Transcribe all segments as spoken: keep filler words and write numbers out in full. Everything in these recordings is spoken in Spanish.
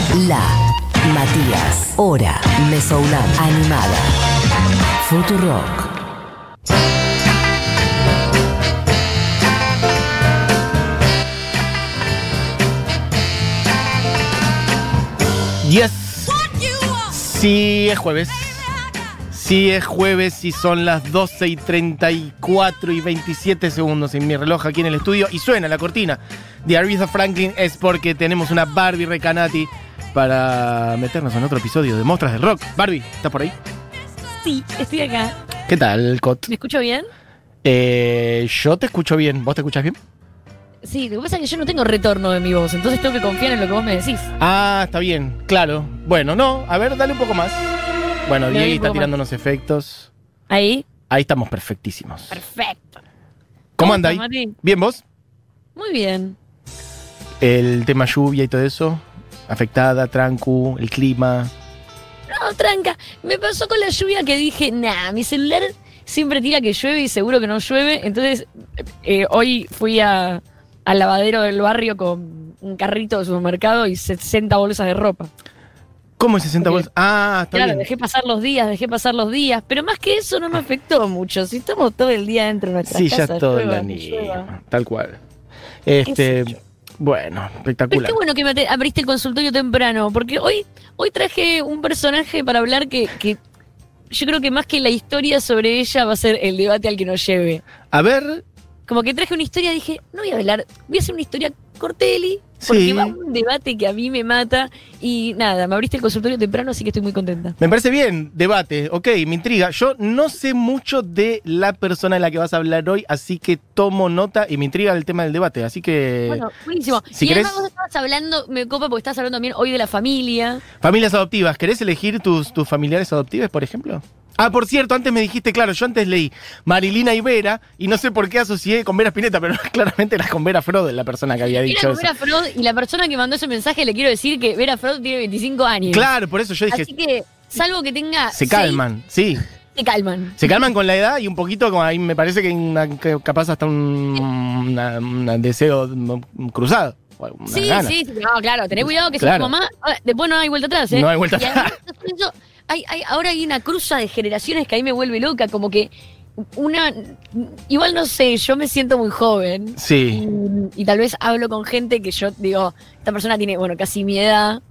La Matías. Hora Mesounam. Animada. Futurock. Yes. Sí, es jueves. Sí, es jueves y son las doce y treinta y cuatro y veintisiete segundos en mi reloj aquí en el estudio. Y suena la cortina de Aretha Franklin. Es porque tenemos una Barbie Recanati para meternos en otro episodio de Monstruos del Rock. Barbie, ¿estás por ahí? Sí, estoy acá. ¿Qué tal, Cot? ¿Me escucho bien? Eh, yo te escucho bien. ¿Vos te escuchas bien? Sí, lo que pasa es que yo no tengo retorno de mi voz, entonces tengo que confiar en lo que vos me decís. Ah, está bien, claro. Bueno, no, a ver, dale un poco más. Bueno, Le doy Diego un está poco tirando más. unos efectos. Ahí. Ahí estamos perfectísimos. Perfecto. ¿Cómo ¿Cómo anda ahí? estás, Mati? ¿Bien vos? Muy bien. El tema lluvia y todo eso. Afectada, trancu, el clima. No, tranca. Me pasó con la lluvia que dije, nah, mi celular siempre tira que llueve y seguro que no llueve. Entonces, eh, hoy fui a, al lavadero del barrio con un carrito de supermercado y sesenta bolsas de ropa. ¿Cómo es sesenta Porque- bolsas? Ah, está Claro, bien. dejé pasar los días, dejé pasar los días, pero más que eso no me afectó mucho. Si estamos todo el día dentro de nuestra Sí, casa, ya todo llueva, el no llueva. anime. Tal cual. ¿Qué Este, sé yo? bueno, Pero espectacular. qué bueno que me te- abriste el consultorio temprano, porque hoy, hoy traje un personaje para hablar que, que yo creo que más que la historia sobre ella va a ser el debate al que nos lleve. A ver, Como que traje una historia, dije, no voy a hablar, voy a hacer una historia corteli, porque Sí. va un debate que a mí me mata. Y nada, me abriste el consultorio temprano, así que estoy muy contenta. me parece bien, debate, ok, me intriga. Yo no sé mucho de la persona de la que vas a hablar hoy, así que tomo nota y me intriga el tema del debate, así que... Bueno, buenísimo. si y querés- además vos estabas hablando, me copa porque estás hablando también hoy de la familia. Familias adoptivas, ¿querés elegir tus, tus familiares adoptivos, por ejemplo? Ah, por cierto, antes me dijiste, claro, yo antes leí Marilina y Vera, y no sé por qué asocié con Vera Spinetta, pero claramente era con Vera Frode la persona que había dicho Era eso. Vera Frod y la persona que mandó ese mensaje le quiero decir que Vera Frod tiene veinticinco años. Claro, por eso yo dije, Así que, salvo que tenga. se seis, calman, sí. Se calman. Se calman con la edad y un poquito, como ahí me parece que, hay una- que capaz hasta un una- una deseo cruzado. o una Sí, gana. sí, sí, no, claro, tené cuidado que Claro. sos tu mamá. Ah, después no hay vuelta atrás, ¿eh? No hay vuelta Y además, atrás. eso, hay, hay, ahora hay una cruza de generaciones que ahí me vuelve loca, como que una. Igual no sé, yo me siento muy joven. Sí. Y, y tal vez hablo con gente que yo digo, esta persona tiene, bueno, casi mi edad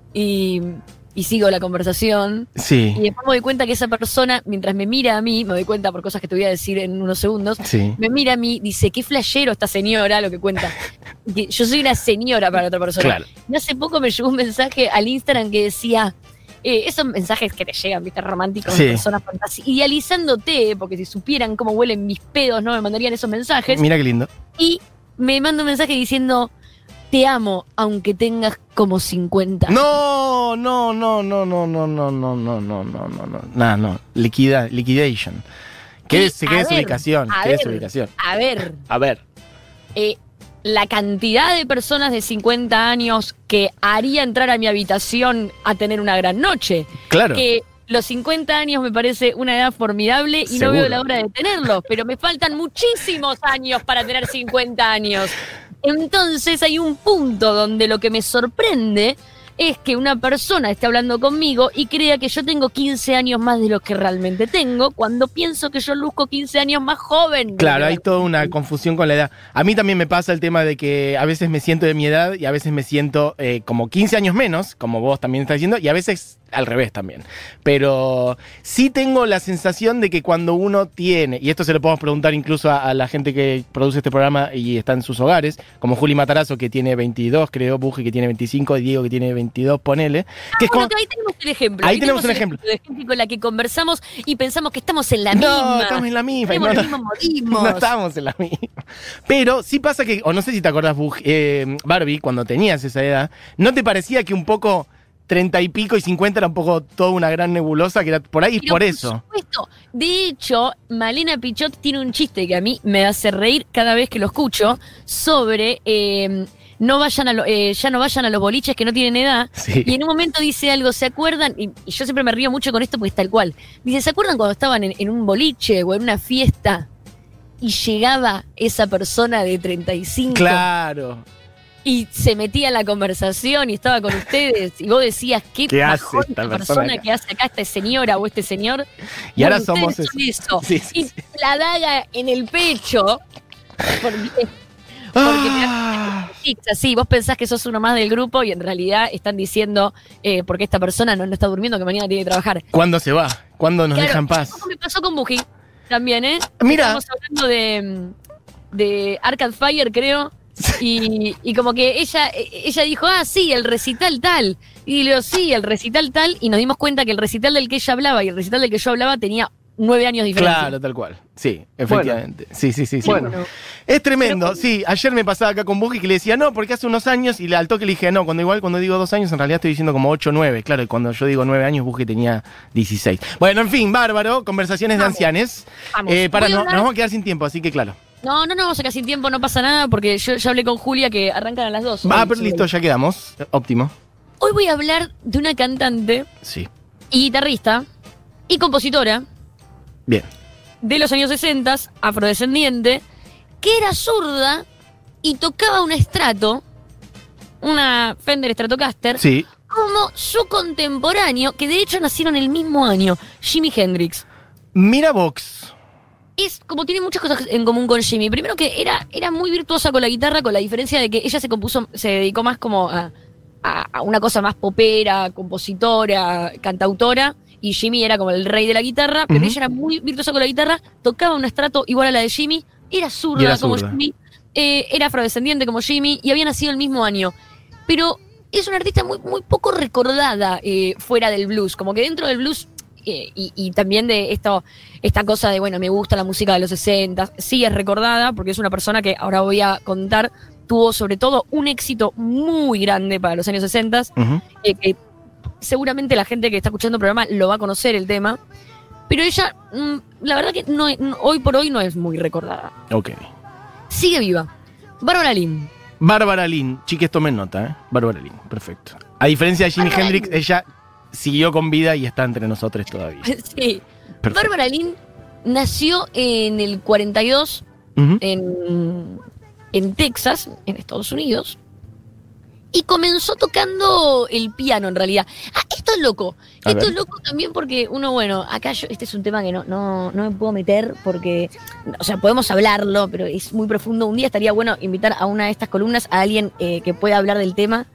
y, y sigo la conversación. Sí. Y después me doy cuenta que esa persona, mientras me mira a mí, me doy cuenta por cosas que te voy a decir en unos segundos, Sí. me mira a mí, dice, qué flashero esta señora, lo que cuenta. Que yo soy una señora para otra persona. Claro. Y hace poco me llegó un mensaje al Instagram que decía, eh, esos mensajes que te llegan, viste, románticos, Sí. de personas fantásticas, idealizándote, porque si supieran cómo huelen mis pedos, no me mandarían esos mensajes. Mira qué lindo. Y me manda un mensaje diciendo, te amo, aunque tengas como cincuenta. No, no, no, no, no, no, no, no, no, no, no, no, no. Nah, no. Liquida, liquidation. ¿Qué Y, es, a qué es ver, ubicación? a ¿Qué es ver. ubicación? A ver, A ver. eh, la cantidad de personas de cincuenta años que haría entrar a mi habitación a tener una gran noche. Claro. Que los cincuenta años me parece una edad formidable y Seguro. no veo la hora de tenerlos, pero me faltan muchísimos años para tener cincuenta años. Entonces hay un punto donde lo que me sorprende es que una persona esté hablando conmigo y crea que yo tengo quince años más de los que realmente tengo, cuando pienso que yo luzco quince años más joven. de Claro, lo que hay toda una confusión con la edad. A mí también me pasa el tema de que a veces me siento de mi edad y a veces me siento eh, como quince años menos, como vos también estás diciendo, y a veces al revés también. Pero sí tengo la sensación de que cuando uno tiene, y esto se lo podemos preguntar incluso a, a la gente que produce este programa y está en sus hogares, como Juli Matarazo que tiene veintidós, creo, Buji que tiene veinticinco, Diego que tiene veintidós, ponele. Que es Bueno, como- ahí tenemos el ejemplo. Ahí tenemos un ejemplo. De gente con la que conversamos y pensamos que estamos en la no, misma. estamos en la misma. Tenemos no, los no. mismos modismos. No estamos en la misma. Pero sí pasa que, o no sé si te acordás, Bug, eh, Barbie, cuando tenías esa edad, ¿no te parecía que un poco treinta y pico y cincuenta era un poco toda una gran nebulosa que era por ahí y Pero por eso? Supuesto. De hecho, Malena Pichot tiene un chiste que a mí me hace reír cada vez que lo escucho sobre eh, no vayan a lo- eh, ya no vayan a los boliches que no tienen edad. Sí. Y en un momento dice algo, ¿se acuerdan? Y, y yo siempre me río mucho con esto porque es tal cual. Dice, ¿se acuerdan cuando estaban en, en un boliche o en una fiesta y llegaba esa persona de treinta y cinco? Claro. y se metía en la conversación y estaba con ustedes y vos decías, qué, ¿Qué hace bajón esta esta persona persona acá? que hace acá, esta señora o este señor. Y ahora Bueno, somos ustedes eso. son eso. Sí, sí, y sí. la daga en el pecho. Porque, Ah. porque así, vos pensás que sos uno más del grupo y en realidad están diciendo, eh, porque esta persona no, no está durmiendo, que mañana tiene que trabajar. ¿Cuándo se va? ¿Cuándo nos Claro, deja en paz? eso me pasó con Buji también, ¿eh? Mira. Estamos hablando de, de Arcade Fire, creo. Y, y como que ella, ella dijo, ah, sí, el recital tal. Y le digo, sí, el recital tal. Y nos dimos cuenta que el recital del que ella hablaba y el recital del que yo hablaba tenía nueve años de diferencia. Claro, tal cual. Sí, efectivamente. Sí, sí, sí. sí. Bueno. Es tremendo. Sí, ayer me pasaba acá con Buji que le decía, no, porque hace unos años, y al toque le dije, no, cuando igual cuando digo dos años, en realidad estoy diciendo como ocho, nueve. Claro, y cuando yo digo nueve años, Buji tenía dieciséis. Bueno, en fin, bárbaro, conversaciones Vamos. de ancianes. Vamos. Eh, para, Voy a no, hablar- nos vamos a quedar sin tiempo, así que claro. No, no, no, vamos a quedar sin tiempo, no pasa nada, porque yo ya hablé con Julia que arrancan a las dos. Ah, hoy, pero sí. listo, ya quedamos. Óptimo. Hoy voy a hablar de una cantante Sí. y guitarrista y compositora Bien. de los años sesenta, afrodescendiente, que era zurda y tocaba un estrato, una Fender Stratocaster, Sí. como su contemporáneo, que de hecho nacieron el mismo año, Jimi Hendrix. Mira Vox. Es como tiene muchas cosas en común con Jimi. Primero que era, era muy virtuosa con la guitarra, con la diferencia de que ella se compuso, se dedicó más como a, a- a una cosa más popera, compositora, cantautora, y Jimi era como el rey de la guitarra, pero Ujú. ella era muy virtuosa con la guitarra, tocaba un estrato igual a la de Jimi, era zurda, Y era como zurda. Jimi, eh, era afrodescendiente como Jimi, y había nacido el mismo año. Pero es una artista muy, muy poco recordada eh, fuera del blues, como que dentro del blues eh, y, y también de esto, esta cosa de, bueno, me gusta la música de los sesenta, sí es recordada, porque es una persona que ahora voy a contar, tuvo sobre todo un éxito muy grande para los años sesenta, Ujú. eh, que seguramente la gente que está escuchando el programa lo va a conocer el tema, pero ella, mm, la verdad que no, no- hoy por hoy no es muy recordada. Ok. Sigue viva. Bárbara Lynn. Bárbara Lynn. Chiques, tomen nota, ¿eh? Bárbara Lynn. Perfecto. A diferencia de Jimi Bárbara Hendrix, Lynn. ella siguió con vida y está entre nosotros todavía. Sí. Perfecto. Bárbara Lynn nació en el cuarenta y dos Ujú. en, en Texas, en Estados Unidos, y comenzó tocando el piano en realidad. Ah, esto es loco. A Esto ver. es loco también porque uno, bueno, acá yo, este es un tema que no, no, no me puedo meter porque, o sea, podemos hablarlo, pero es muy profundo. Un día estaría bueno invitar a una de estas columnas a alguien eh, que pueda hablar del tema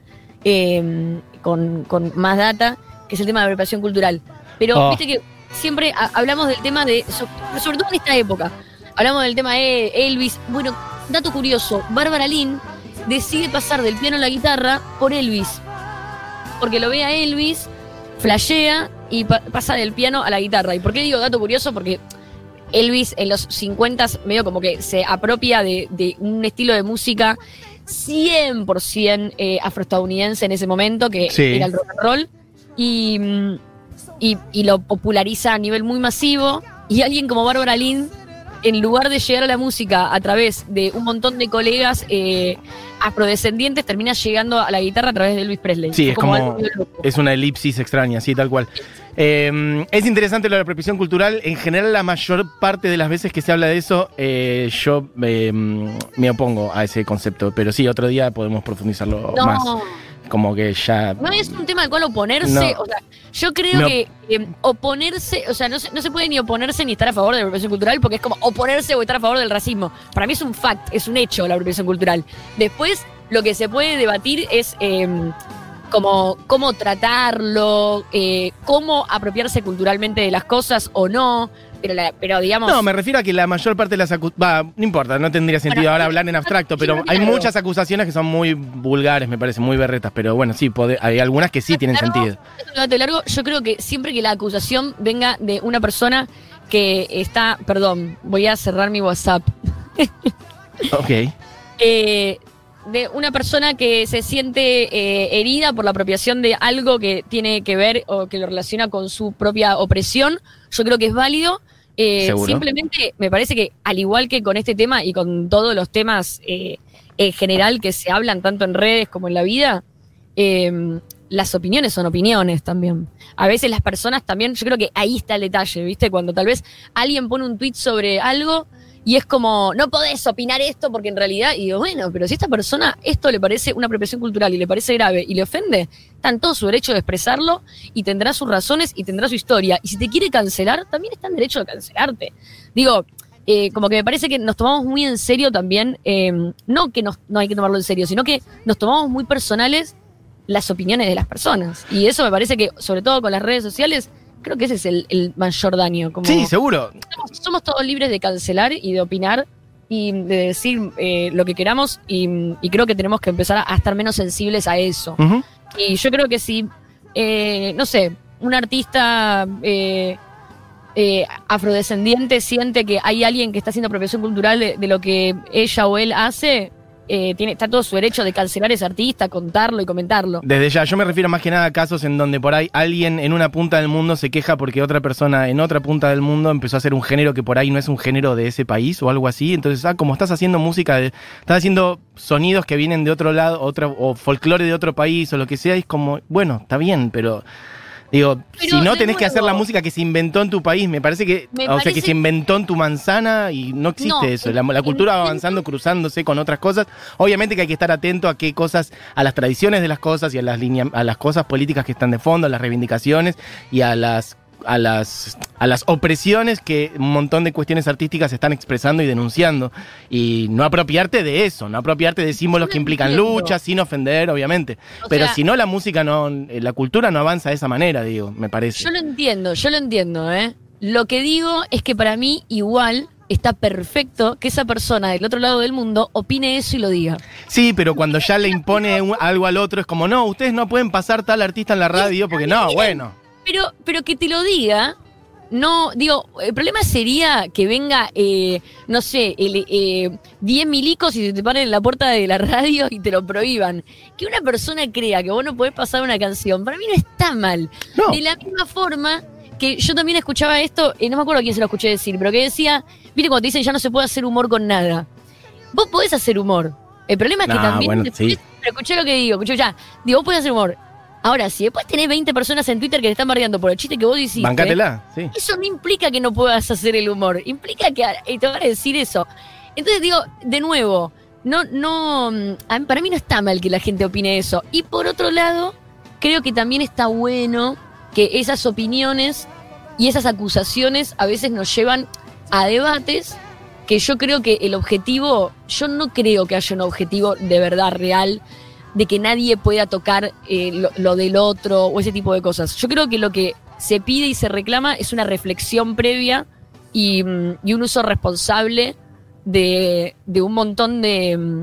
eh, con, con más data, que es el tema de la apropiación cultural. Pero Oh. viste que siempre ha- hablamos del tema de, so- sobre todo en esta época, hablamos del tema de Elvis. Bueno, dato curioso, Bárbara Lynn decide pasar del piano a la guitarra por Elvis. Porque lo ve a Elvis, flashea y pa- pasa del piano a la guitarra. ¿Y por qué digo dato curioso? Porque Elvis en los cincuenta medio como que se apropia de, de un estilo de música cien por ciento eh, afroestadounidense en ese momento, que Sí. era el rock and roll, y, mm, y, y lo populariza a nivel muy masivo. Y alguien como Bárbara Lynn, en lugar de llegar a la música a través de un montón de colegas eh, afrodescendientes, termina llegando a la guitarra a través de Elvis Presley. Sí, Fue es como- algo medio loco. Es una elipsis extraña, sí, tal cual. Eh, es interesante lo de la apropiación cultural. En general, la mayor parte de las veces que se habla de eso, eh, yo eh, me opongo a ese concepto. Pero sí, otro día podemos profundizarlo No, más. Como que ya... no es un tema al cual oponerse. No. O sea, yo creo No. que eh, oponerse, o sea, no se, no se puede ni oponerse ni estar a favor de la apropiación cultural, porque es como oponerse o estar a favor del racismo. Para mí es un fact, es un hecho la apropiación cultural. Después, lo que se puede debatir es eh, como cómo tratarlo, eh, cómo apropiarse culturalmente de las cosas o no. Pero, la- pero digamos. No, me refiero a que la mayor parte de las acusaciones... No importa, no tendría sentido Bueno, ahora hablar en abstracto, pero quiero hay decir algo. muchas acusaciones que son muy vulgares, me parece, muy berretas. Pero bueno, sí, pode- hay algunas que sí tienen largo, sentido. Es un debate largo. Yo creo que siempre que la acusación venga de una persona que está. Perdón, voy a cerrar mi WhatsApp. Ok. Eh, de una persona que se siente eh, herida por la apropiación de algo que tiene que ver o que lo relaciona con su propia opresión, yo creo que es válido. Eh, Seguro. simplemente me parece que, al igual que con este tema y con todos los temas eh, en general que se hablan tanto en redes como en la vida, eh, las opiniones son opiniones también. A veces las personas también, yo creo que ahí está el detalle, ¿viste? Cuando tal vez alguien pone un tweet sobre algo Y es como, no podés opinar esto porque en realidad, y digo, bueno, pero si a esta persona esto le parece una apropiación cultural y le parece grave y le ofende, está en todo su derecho de expresarlo y tendrá sus razones y tendrá su historia. Y si te quiere cancelar, también está en derecho de cancelarte. Digo, eh, como que me parece que nos tomamos muy en serio también, eh, no que nos, no hay que tomarlo en serio, sino que nos tomamos muy personales las opiniones de las personas. Y eso me parece que, sobre todo con las redes sociales, creo que ese es el, el mayor daño. Como sí, seguro. Somos, somos todos libres de cancelar y de opinar y de decir eh, lo que queramos y, y creo que tenemos que empezar a, a estar menos sensibles a eso. Uh-huh. Y yo creo que si, eh, no sé, un artista eh, eh, afrodescendiente siente que hay alguien que está haciendo apropiación cultural de, de lo que ella o él hace... Eh, tiene, está todo su derecho de cancelar a ese artista, contarlo y comentarlo. Desde ya, yo me refiero más que nada a casos en donde por ahí alguien en una punta del mundo se queja porque otra persona en otra punta del mundo empezó a hacer un género que por ahí no es un género de ese país o algo así. Entonces, ah, como estás haciendo música, de, estás haciendo sonidos que vienen de otro lado, otra, o folclore de otro país o lo que sea, y es como, bueno, está bien, pero... Digo, pero si no tenés nuevo, que hacer la música que se inventó en tu país, me parece que, me o parece... sea, que se inventó en tu manzana y no existe no, eso. La, la cultura va avanzando, cruzándose con otras cosas. Obviamente que hay que estar atento a qué cosas, a las tradiciones de las cosas y a las líneas, a las cosas políticas que están de fondo, a las reivindicaciones y a las a las a las opresiones que un montón de cuestiones artísticas están expresando y denunciando, y no apropiarte de eso, no apropiarte de símbolos que implican lucha, sin ofender, obviamente, o pero sea, si no, la música no, la cultura no avanza de esa manera, digo, me parece. Yo lo entiendo, yo lo entiendo, ¿eh? Lo que digo es que para mí igual está perfecto que esa persona del otro lado del mundo opine eso y lo diga. Sí, pero cuando ya le impone un, algo al otro, es como, no, ustedes no pueden pasar tal artista en la radio, porque no, bueno... Pero, pero que te lo diga, no, digo, el problema sería que venga, eh, no sé, el, eh, diez milicos y se te paren en la puerta de la radio y te lo prohíban. Que una persona crea que vos no podés pasar una canción, para mí no está mal. No. De la misma forma que yo también escuchaba esto, eh, no me acuerdo a quién se lo escuché decir, pero que decía, viste cuando te dicen ya no se puede hacer humor con nada. Vos podés hacer humor. El problema es que nah, también, bueno, después, sí. Pero escuché lo que digo, escuché ya, digo, vos podés hacer humor. Ahora, si después tenés veinte personas en Twitter que te están bardeando por el chiste que vos hiciste, bancátela, sí. Eso no implica que no puedas hacer el humor, implica que te van a decir eso. Entonces digo, de nuevo, no, no, para mí no está mal que la gente opine eso. Y por otro lado, creo que también está bueno que esas opiniones y esas acusaciones a veces nos llevan a debates que yo creo que el objetivo, yo no creo que haya un objetivo de verdad real de que nadie pueda tocar eh, lo, lo del otro o ese tipo de cosas. Yo creo que lo que se pide y se reclama es una reflexión previa y, y un uso responsable de, de un montón de,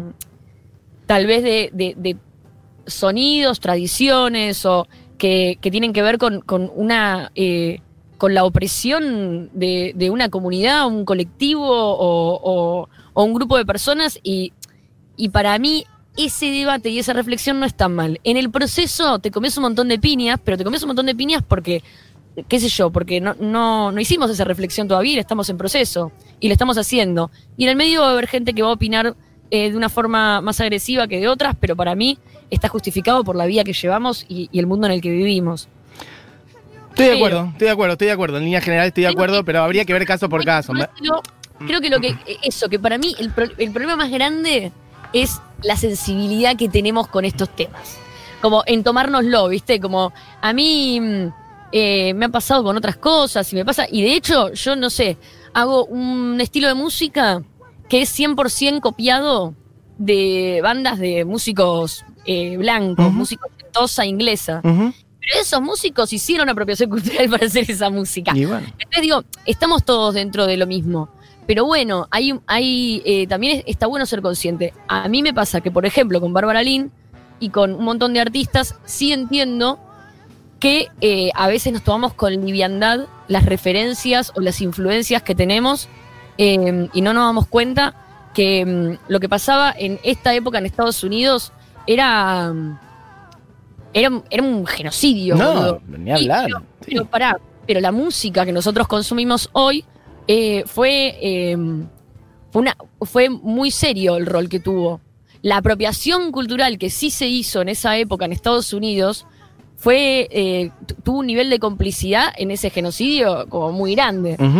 tal vez de, de, de sonidos, tradiciones o que, que tienen que ver con, con una eh, con la opresión de, de una comunidad, un colectivo o, o, o un grupo de personas y, y para mí ese debate y esa reflexión no es tan mal. En el proceso te comes un montón de piñas, pero te comes un montón de piñas porque, qué sé yo, porque no, no, no hicimos esa reflexión todavía, estamos en proceso y la estamos haciendo. Y en el medio va a haber gente que va a opinar eh, de una forma más agresiva que de otras, pero para mí está justificado por la vida que llevamos y, y el mundo en el que vivimos. Estoy de acuerdo, estoy de acuerdo, estoy de acuerdo. En línea general estoy de acuerdo, pero habría que ver caso por caso. Creo que lo que, eso, que para mí el, el problema más grande es la sensibilidad que tenemos con estos temas. Como en tomárnoslo, ¿viste? Como a mí eh, me ha pasado con otras cosas y me pasa... Y de hecho, yo no sé, hago un estilo de música que es cien por ciento copiado de bandas de músicos eh, blancos, uh-huh. músicos de tosa inglesa. Uh-huh. Pero esos músicos hicieron apropiación cultural para hacer esa música. Bueno. Entonces digo, estamos todos dentro de lo mismo. Pero bueno, hay, hay eh, también está bueno ser consciente. A mí me pasa que, por ejemplo, con Bárbara Lynn y con un montón de artistas, sí entiendo que eh, a veces nos tomamos con liviandad las referencias o las influencias que tenemos eh, y no nos damos cuenta que um, lo que pasaba en esta época en Estados Unidos era, um, era, era un genocidio. No, ni hablar. Pero, sí. pero, pará, pero la música que nosotros consumimos hoy Eh, fue, eh, fue, una, fue muy serio el rol que tuvo. La apropiación cultural que sí se hizo en esa época en Estados Unidos fue eh, tuvo un nivel de complicidad en ese genocidio como muy grande. Uh-huh.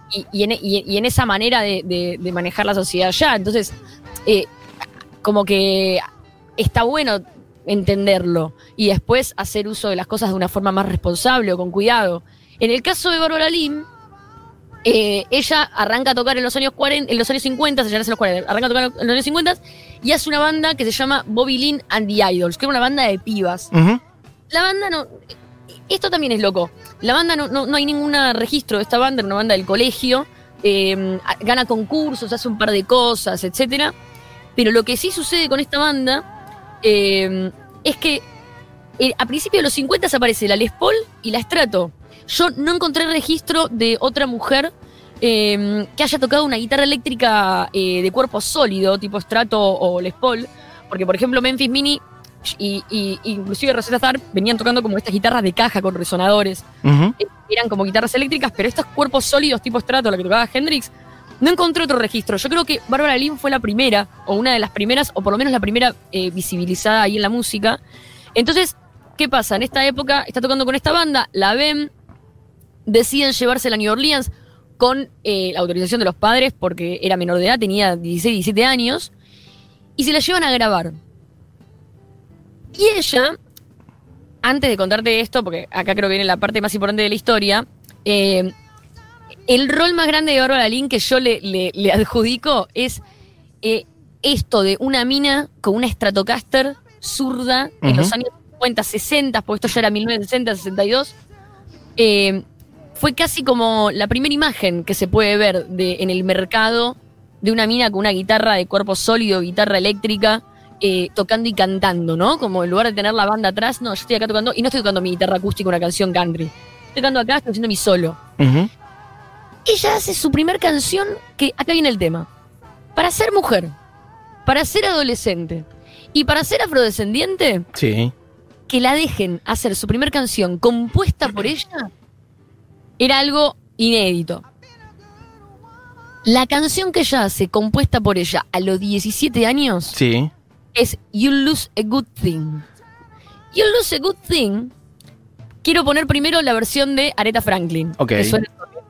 y, y, en, y, y en esa manera de, de, de manejar la sociedad ya. Entonces, eh, como que está bueno entenderlo y después hacer uso de las cosas de una forma más responsable o con cuidado. En el caso de Bárbara Lynn, eh, ella arranca a tocar en los años cuarenta, en los años cincuenta, se llama en los cuarenta, arranca a tocar en los años cincuenta y hace una banda que se llama Bobby Lynn and the Idols, que era una banda de pibas. Uh-huh. La banda no... Esto también es loco. La banda no, no, no hay ningún registro de esta banda, era una banda del colegio, eh, gana concursos, hace un par de cosas, etcétera. Pero lo que sí sucede con esta banda eh, es que eh, a principios de los cincuenta aparece la Les Paul y la Strato. Yo no encontré registro de otra mujer eh, que haya tocado una guitarra eléctrica eh, de cuerpo sólido, tipo Strato o Les Paul, porque por ejemplo Memphis Minnie y, y inclusive Rosetta Tharpe venían tocando como estas guitarras de caja con resonadores. Uh-huh. Eh, eran como guitarras eléctricas, pero estos cuerpos sólidos tipo Strato, la que tocaba Hendrix, no encontré otro registro. Yo creo que Bárbara Lynn fue la primera, o una de las primeras, o por lo menos la primera eh, visibilizada ahí en la música. Entonces, ¿qué pasa? En esta época está tocando con esta banda, la ven, deciden llevársela a New Orleans con eh, la autorización de los padres, porque era menor de edad, tenía dieciséis, diecisiete años, y se la llevan a grabar. Y ella, antes de contarte esto, porque acá creo que viene la parte más importante de la historia, eh, el rol más grande de Bárbara Lynn que yo le, le, le adjudico es eh, esto de una mina con una Stratocaster zurda uh-huh. en los años cincuenta, sesenta, porque esto ya era mil novecientos sesenta, sesenta y dos. Eh, fue casi como la primera imagen que se puede ver de, en el mercado de una mina con una guitarra de cuerpo sólido, guitarra eléctrica, eh, tocando y cantando, ¿no? Como en lugar de tener la banda atrás, no, yo estoy acá tocando, y no estoy tocando mi guitarra acústica, una canción country. Estoy tocando acá, estoy haciendo mi solo. Uh-huh. Ella hace su primer canción, que acá viene el tema. Para ser mujer, para ser adolescente y para ser afrodescendiente, sí. que la dejen hacer su primer canción compuesta por ella, era algo inédito. La canción que ella hace, compuesta por ella a los diecisiete años, sí. es You Lose a Good Thing. You Lose a Good Thing, quiero poner primero la versión de Aretha Franklin. Ok. Que suena...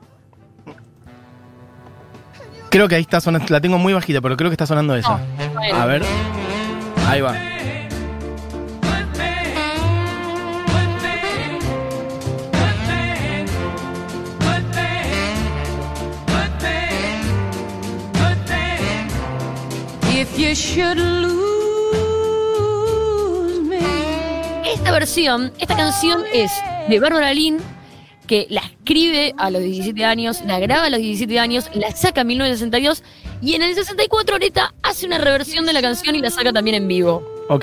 Creo que ahí está sonando, la tengo muy bajita, pero creo que está sonando esa. No, bueno. A ver, ahí va. If you should lose me. Esta versión, esta canción es de Bárbara Lynn, que la escribe a los diecisiete años, la graba a los diecisiete años, la saca en mil novecientos sesenta y dos y en el sesenta y cuatro Aretha hace una reversión de la canción y la saca también en vivo. Ok.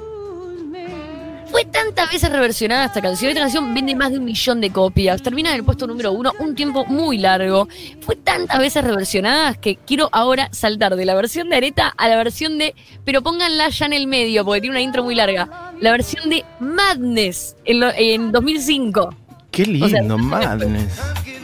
Fue tantas veces reversionada esta canción. Esta canción vende más de un millón de copias. Termina en el puesto número uno un tiempo muy largo. Fue tantas veces reversionada que quiero ahora saltar de la versión de Aretha a la versión de... Pero pónganla ya en el medio porque tiene una intro muy larga. La versión de Madness en, lo, en dos mil cinco. Qué lindo, o sea, Madness.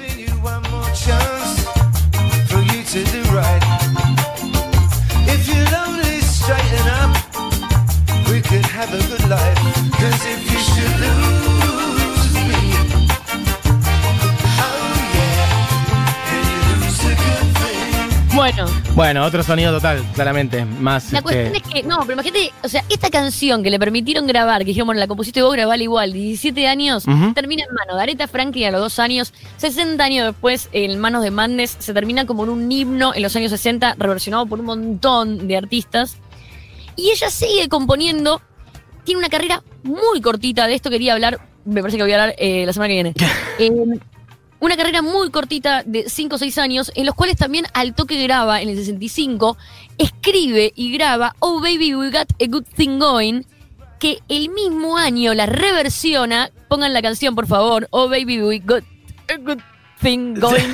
Bueno. Bueno, otro sonido total, claramente. Más. La este... cuestión es que, no, pero imagínate, o sea, esta canción que le permitieron grabar, que dijeron, bueno, la compusiste vos, grabala igual, diecisiete años, uh-huh. termina en manos de Aretha Franklin a los dos años, sesenta años después, en manos de Madness, se termina como en un himno en los años sesenta, reversionado por un montón de artistas. Y ella sigue componiendo, tiene una carrera muy cortita, de esto quería hablar, me parece que voy a hablar eh, la semana que viene. eh, Una carrera muy cortita de cinco o seis años, en los cuales también al toque graba, en el sesenta y cinco, escribe y graba Oh Baby We Got a Good Thing Going, que el mismo año la reversiona. Pongan la canción, por favor. Oh Baby We Got a Good Thing Going.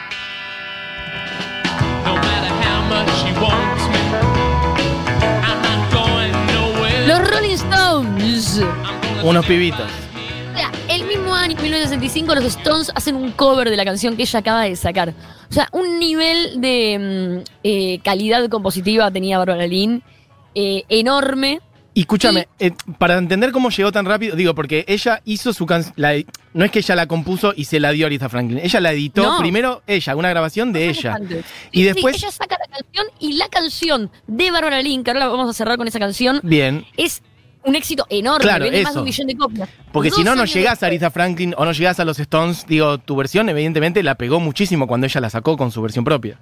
Los Rolling Stones. Unos pibitos. El mismo año, mil novecientos sesenta y cinco, los Stones hacen un cover de la canción que ella acaba de sacar. O sea, un nivel de mm, eh, calidad compositiva tenía Bárbara Lynn eh, enorme. Y escúchame, eh, para entender cómo llegó tan rápido, digo, porque ella hizo su canción, no es que ella la compuso y se la dio a Aretha Franklin, ella la editó No. primero ella, una grabación de ella. Sí, Y después, sí, ella saca la canción y la canción de Bárbara Lynn, que ahora vamos a cerrar con esa canción, bien, es un éxito enorme, Claro, vende más de eso. un millón de copias. porque Dos si no, no años llegás a después- Aretha Franklin o no llegás a los Stones, digo, tu versión evidentemente la pegó muchísimo cuando ella la sacó con su versión propia.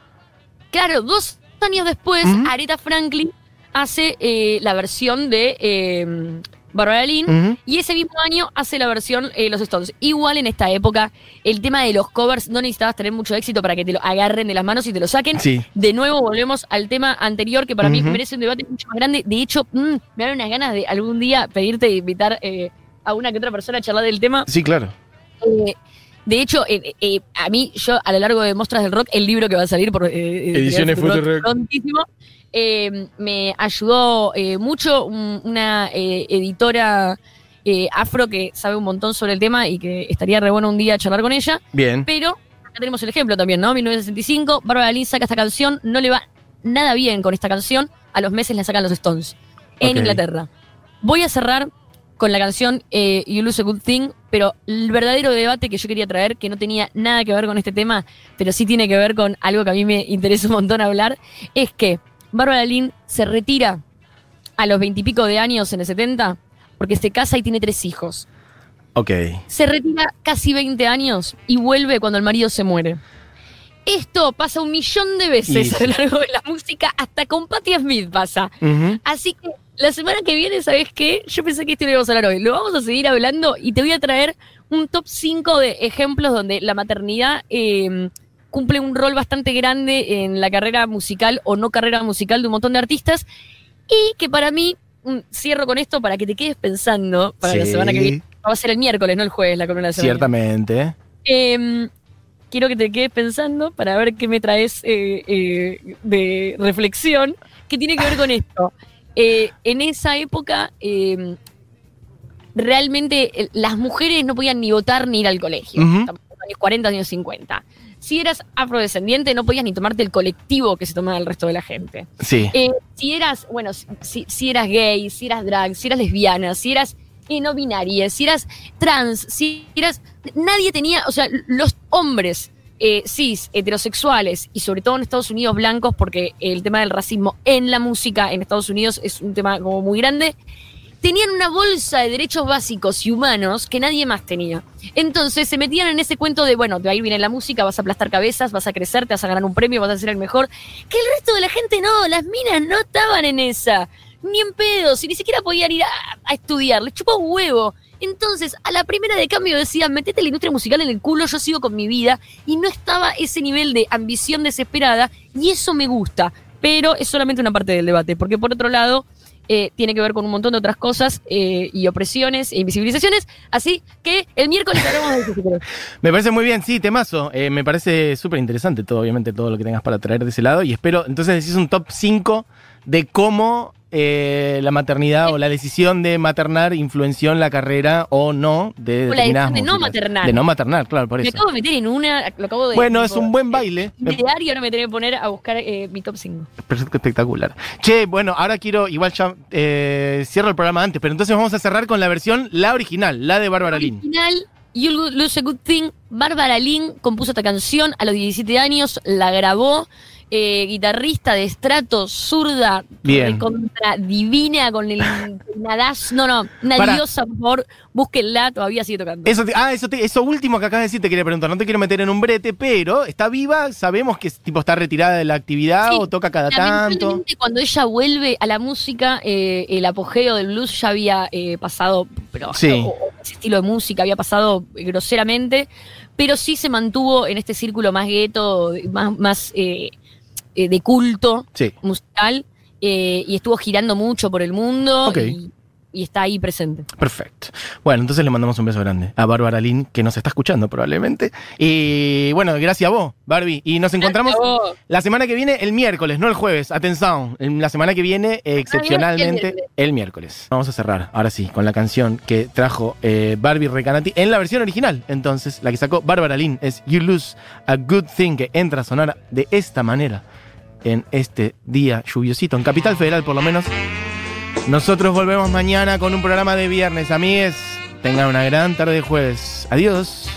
Claro, dos años después, Ujú. Aretha Franklin hace eh, la versión de eh, Bárbara Lynn, Ujú. y ese mismo año hace la versión eh, Los Stones. Igual en esta época, el tema de los covers no necesitabas tener mucho éxito para que te lo agarren de las manos y te lo saquen. Sí. De nuevo volvemos al tema anterior, que para mí Ujú. merece un debate mucho más grande. De hecho, mm, me dan unas ganas de algún día pedirte de invitar eh, a una que otra persona a charlar del tema. Sí, claro. Eh, de hecho, eh, eh, a mí, yo a lo largo de Mostras del Rock, el libro que va a salir por eh, Ediciones Futurock. prontísimo, eh, me ayudó eh, mucho un- una eh, editora eh, afro que sabe un montón sobre el tema y que estaría re bueno un día charlar con ella. Bien. Pero acá tenemos el ejemplo también, ¿no? mil novecientos sesenta y cinco, Bárbara Lynn saca esta canción, no le va nada bien con esta canción, a los meses la sacan los Stones en Ok. Inglaterra. Voy a cerrar con la canción eh, You Lose a Good Thing, pero el verdadero debate que yo quería traer, que no tenía nada que ver con este tema, pero sí tiene que ver con algo que a mí me interesa un montón hablar, es que Bárbara Lynn se retira a los veintipico de años en el setenta, porque se casa y tiene tres hijos. Ok. Se retira casi veinte años y vuelve cuando el marido se muere. Esto pasa un millón de veces Y- a lo largo de la música, hasta con Patti Smith pasa. Ujú. Así que la semana que viene, ¿sabes qué? Yo pensé que esto lo íbamos a hablar hoy. Lo vamos a seguir hablando y te voy a traer un top cinco de ejemplos donde la maternidad eh, cumple un rol bastante grande en la carrera musical o no carrera musical de un montón de artistas. Y que para mí, mm, cierro con esto para que te quedes pensando para la Sí. semana que viene. Va a ser el miércoles, no el jueves, la columna de la semana. Ciertamente. Eh, quiero que te quedes pensando para ver qué me traes eh, eh, de reflexión que tiene que ver con esto. Eh, en esa época, eh, realmente eh, las mujeres no podían ni votar ni ir al colegio. Ujú. Tampoco, años cuarenta, años cincuenta. Si eras afrodescendiente, no podías ni tomarte el colectivo que se tomaba el resto de la gente. Sí. Eh, si eras, bueno, si, si eras gay, si eras drag, si eras lesbiana, si eras eh, no binaria, si eras trans, si eras... Nadie tenía, o sea, los hombres eh, cis, heterosexuales y sobre todo en Estados Unidos blancos, porque el tema del racismo en la música en Estados Unidos es un tema como muy grande, tenían una bolsa de derechos básicos y humanos que nadie más tenía. Entonces se metían en ese cuento de, bueno, de ahí viene la música, vas a aplastar cabezas, vas a crecer, te vas a ganar un premio, vas a ser el mejor. Que el resto de la gente no, las minas no estaban en esa. Ni en pedos, y ni siquiera podían ir a, a estudiar, les chupó un huevo. Entonces, a la primera de cambio decían, metete la industria musical en el culo, yo sigo con mi vida. Y no estaba ese nivel de ambición desesperada, y eso me gusta. Pero es solamente una parte del debate, porque por otro lado... Eh, tiene que ver con un montón de otras cosas eh, y opresiones e invisibilizaciones, así que el miércoles haremos de eso, si querés. Me parece muy bien, sí, temazo. Eh, me parece súper interesante todo, obviamente, todo lo que tengas para traer de ese lado. Y espero, entonces decís un top cinco de cómo eh, la maternidad o la decisión de maternar influenció en la carrera o no de O la determinadas decisión de no músicas. maternar. De no maternar, claro, por Me eso. acabo de meter en una, lo acabo de... Bueno, es tipo, un buen baile. Me- Ideario, ahora me tenía que poner a buscar eh, mi top cinco. Espectacular. Che, bueno, ahora quiero, igual ya eh, cierro el programa antes, pero entonces vamos a cerrar con la versión, la original, la de Bárbara Lynn. Original, You Lose a Good Thing. Bárbara Lynn compuso esta canción a los diecisiete años, la grabó, eh, guitarrista de estrato, zurda, Bien. contra divina, con el nadazo. No, no, una Pará. diosa, por favor, búsquenla, todavía sigue tocando. Eso te- ah, eso, te- eso último que acabas de decir te quería preguntar. No te quiero meter en un brete, pero está viva, sabemos que tipo está retirada de la actividad Sí, o toca cada tanto. Lamentablemente, cuando ella vuelve a la música, eh, el apogeo del blues ya había eh, pasado, pero Sí. o- o ese estilo de música había pasado eh, groseramente, pero sí se mantuvo en este círculo más gueto, más, más eh, eh, de culto Sí. musical, eh, y estuvo girando mucho por el mundo Ok. y, y está ahí presente. Perfecto. Bueno, entonces le mandamos un beso grande a Bárbara Lynn, que nos está escuchando probablemente. Y bueno, gracias a vos, Barbie. Y nos encontramos Gracias a vos. la semana que viene, el miércoles, no el jueves. Atención, la semana que viene, eh, excepcionalmente, miércoles. el miércoles. Vamos a cerrar, ahora sí, con la canción que trajo eh, Barbie Recanati en la versión original. Entonces, la que sacó Bárbara Lynn es You Lose a Good Thing, que entra a sonar de esta manera en este día lluviosito, en Capital Federal por lo menos. Nosotros volvemos mañana con un programa de viernes. Amigues, tengan una gran tarde de jueves. Adiós.